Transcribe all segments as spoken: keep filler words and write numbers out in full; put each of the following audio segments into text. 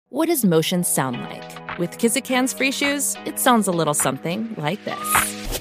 What does motion sound like? With Kizikans free shoes, it sounds a little something like this.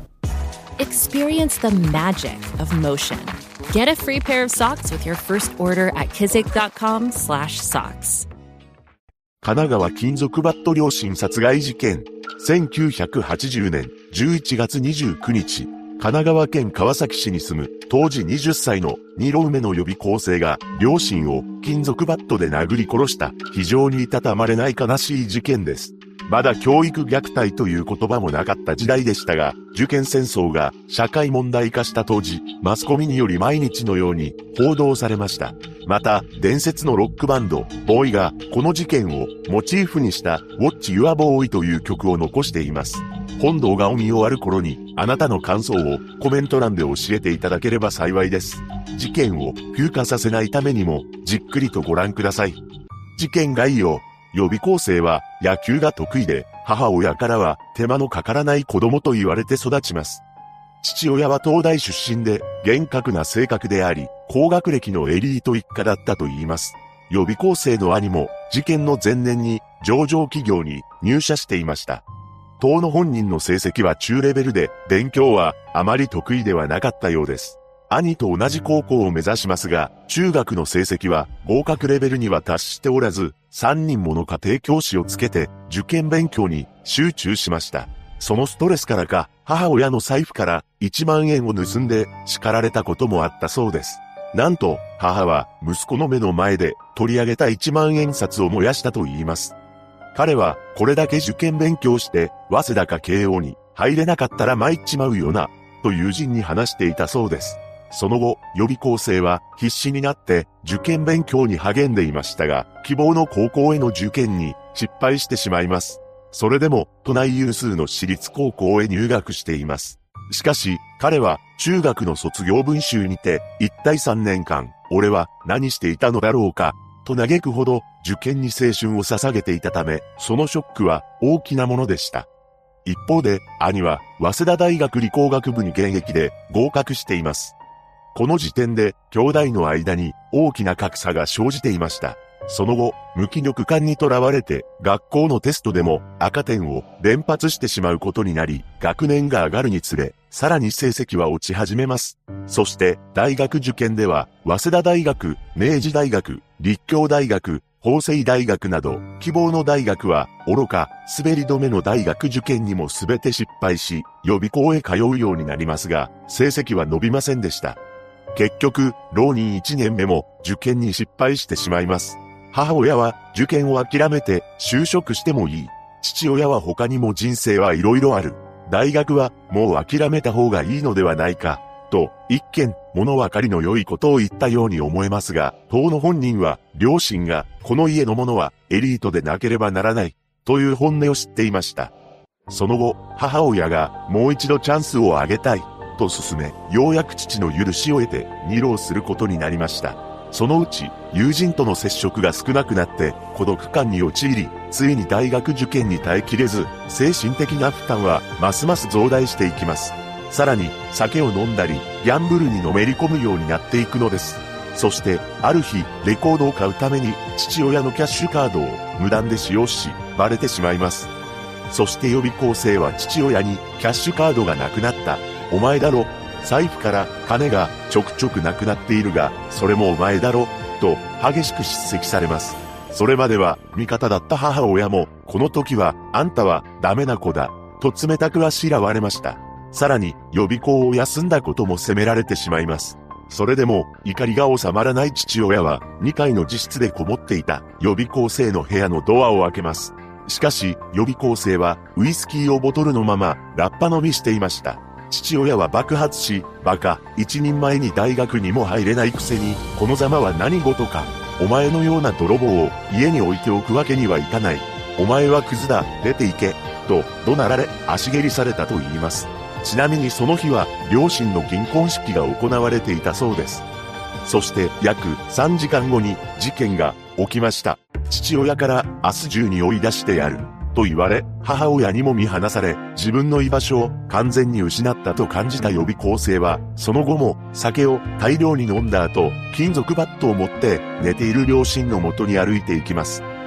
Experience the magic of motion. Get a free pair of socks with your first order at kizik.com slash socks. 神奈川金属バット両親殺害事件。せんきゅうひゃくはちじゅうねんじゅういちがつにじゅうくにち、神奈川県川崎市に住む当時はたちのにろうめの予備校生が両親を金属バットで殴り殺した非常にいたたまれない悲しい事件です。まだ教育虐待という言葉もなかった時代でしたが、受験戦争が社会問題化した当時、マスコミにより毎日のように報道されました。また、伝説のロックバンド、ボーイがこの事件をモチーフにした Watch Your Boy という曲を残しています。本動画を見終わる頃に、あなたの感想をコメント欄で教えていただければ幸いです。事件を風化させないためにも、じっくりとご覧ください。事件概要。予備校生は野球が得意で、母親からは手間のかからない子供と言われて育ちます。父親は東大出身で、厳格な性格であり、高学歴のエリート一家だったと言います。予備校生の兄も、事件の前年に上場企業に入社していました。当の本人の成績は中レベルで、勉強はあまり得意ではなかったようです。兄と同じ高校を目指しますが、中学の成績は合格レベルには達しておらず、さんにんもの家庭教師をつけて受験勉強に集中しました。そのストレスからか、母親の財布からいちまんえんを盗んで叱られたこともあったそうです。なんと、母は息子の目の前で取り上げたいちまんえんさつを燃やしたと言います。彼はこれだけ受験勉強して早稲田か慶応に入れなかったら参っちまうよな、と友人に話していたそうです。その後、予備校生は必死になって受験勉強に励んでいましたが、希望の高校への受験に失敗してしまいます。それでも、都内有数の私立高校へ入学しています。しかし、彼は中学の卒業文集にて、一体さんねんかん、俺は何していたのだろうか、と嘆くほど受験に青春を捧げていたため、そのショックは大きなものでした。一方で、兄は早稲田大学理工学部に現役で合格しています。この時点で、兄弟の間に大きな格差が生じていました。その後、無気力感にとらわれて、学校のテストでも赤点を連発してしまうことになり、学年が上がるにつれ、さらに成績は落ち始めます。そして、大学受験では、早稲田大学、明治大学、立教大学、法政大学など、希望の大学は、愚か、滑り止めの大学受験にもすべて失敗し、予備校へ通うようになりますが、成績は伸びませんでした。結局、浪人いちねんめも受験に失敗してしまいます。母親は受験を諦めて就職してもいい。父親は他にも人生はいろいろある。大学はもう諦めた方がいいのではないか。と、一見、物分かりの良いことを言ったように思えますが、当の本人は、両親が、この家の者はエリートでなければならない、という本音を知っていました。その後、母親がもう一度チャンスをあげたい。と進め、ようやく父の許しを得て、二浪することになりました。そのうち、友人との接触が少なくなって、孤独感に陥り、ついに大学受験に耐えきれず、精神的な負担は、ますます増大していきます。さらに、酒を飲んだり、ギャンブルにのめり込むようになっていくのです。そして、ある日、レコードを買うために、父親のキャッシュカードを無断で使用し、バレてしまいます。そして予備校生は父親に、キャッシュカードがなくなった。お前だろ。財布から金がちょくちょくなくなっているが、それもお前だろ。と激しく叱責されます。それまでは味方だった母親も、この時はあんたはダメな子だ。と冷たくあしらわれました。さらに予備校を休んだことも責められてしまいます。それでも怒りが収まらない父親はにかいの自室でこもっていた予備校生の部屋のドアを開けます。しかし予備校生はウイスキーをボトルのままラッパ飲みしていました。父親は爆発し、バカ、一人前に大学にも入れないくせに、このざまは何事か。お前のような泥棒を家に置いておくわけにはいかない。お前はクズだ、出て行け。と怒鳴られ、足蹴りされたと言います。ちなみにその日は、両親の銀婚式が行われていたそうです。そして約さんじかんごに事件が起きました。父親から明日中に追い出してやる。と言われ、母親にも見放され、自分の居場所を完全に失ったと感じた予備校生は、その後も酒を大量に飲んだ後、金属バットを持って寝ている両親の元に歩いていきます。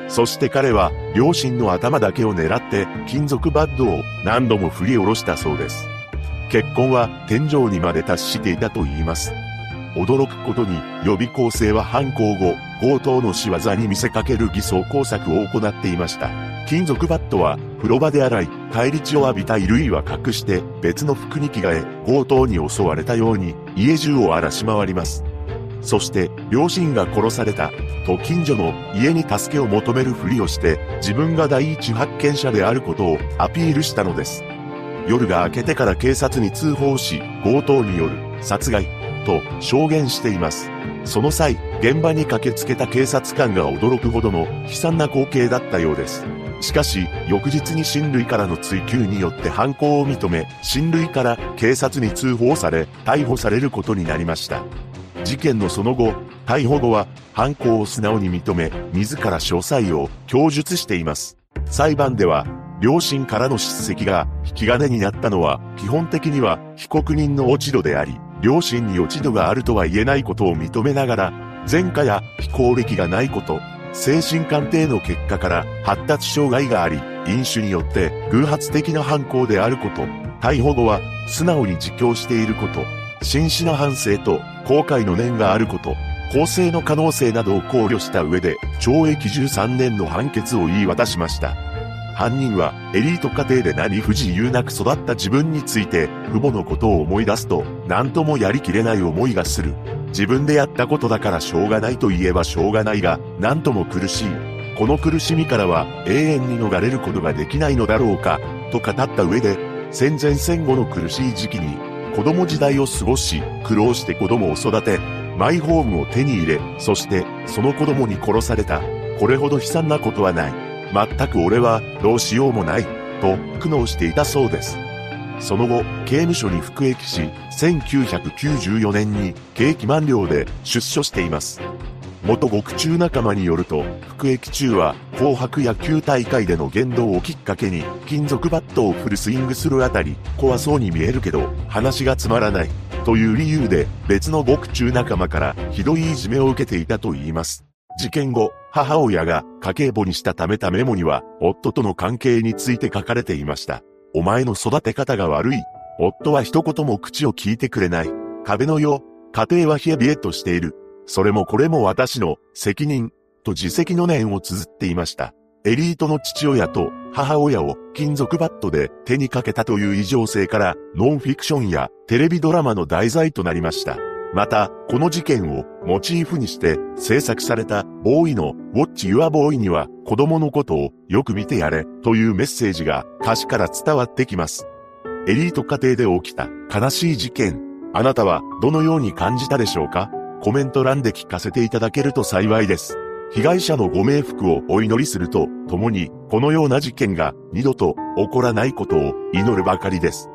そして彼は両親の頭だけを狙って金属バットを何度も振り下ろしたそうです。血痕は天井にまで達していたと言います。驚くことに予備校生は犯行後、強盗の仕業に見せかける偽装工作を行っていました。金属バットは風呂場で洗い、返り血を浴びた衣類は隠して別の服に着替え、強盗に襲われたように家中を荒らし回ります。そして両親が殺されたと近所の家に助けを求めるふりをして自分が第一発見者であることをアピールしたのです。夜が明けてから警察に通報し、強盗による殺害と証言しています。その際、現場に駆けつけた警察官が驚くほどの悲惨な光景だったようです。しかし、翌日に親類からの追及によって犯行を認め、親類から警察に通報され、逮捕されることになりました。事件のその後、逮捕後は犯行を素直に認め、自ら詳細を供述しています。裁判では、両親からの叱責が引き金になったのは、基本的には被告人の落ち度であり、両親に落ち度があるとは言えないことを認めながら、前科や非行歴がないこと、精神鑑定の結果から発達障害があり、飲酒によって偶発的な犯行であること、逮捕後は素直に自供していること、真摯な反省と後悔の念があること、更生の可能性などを考慮した上で、懲役じゅうさんねんの判決を言い渡しました。犯人はエリート家庭で何不自由なく育った自分について父母のことを思い出すと何ともやりきれない思いがする。自分でやったことだからしょうがないと言えばしょうがないが何とも苦しい。この苦しみからは永遠に逃れることができないのだろうかと語った上で戦前戦後の苦しい時期に子供時代を過ごし苦労して子供を育てマイホームを手に入れそしてその子供に殺された。これほど悲惨なことはない。全く俺はどうしようもないと苦悩していたそうです。その後刑務所に服役しせんきゅうひゃくきゅうじゅうよねんに刑期満了で出所しています。元獄中仲間によると服役中は紅白野球大会での言動をきっかけに金属バットをフルスイングするあたり怖そうに見えるけど話がつまらないという理由で別の獄中仲間からひどいいじめを受けていたといいます。事件後、母親が家計簿にしたためたメモには、夫との関係について書かれていました。お前の育て方が悪い。夫は一言も口を聞いてくれない。壁のよ。家庭は冷え冷えとしている。それもこれも私の責任。と自責の念を綴っていました。エリートの父親と母親を金属バットで手にかけたという異常性から、ノンフィクションやテレビドラマの題材となりました。また、この事件をモチーフにして制作されたボーイの Watch Your Boy には子供のことをよく見てやれというメッセージが歌詞から伝わってきます。エリート家庭で起きた悲しい事件。あなたはどのように感じたでしょうか？コメント欄で聞かせていただけると幸いです。被害者のご冥福をお祈りするとともにこのような事件が二度と起こらないことを祈るばかりです。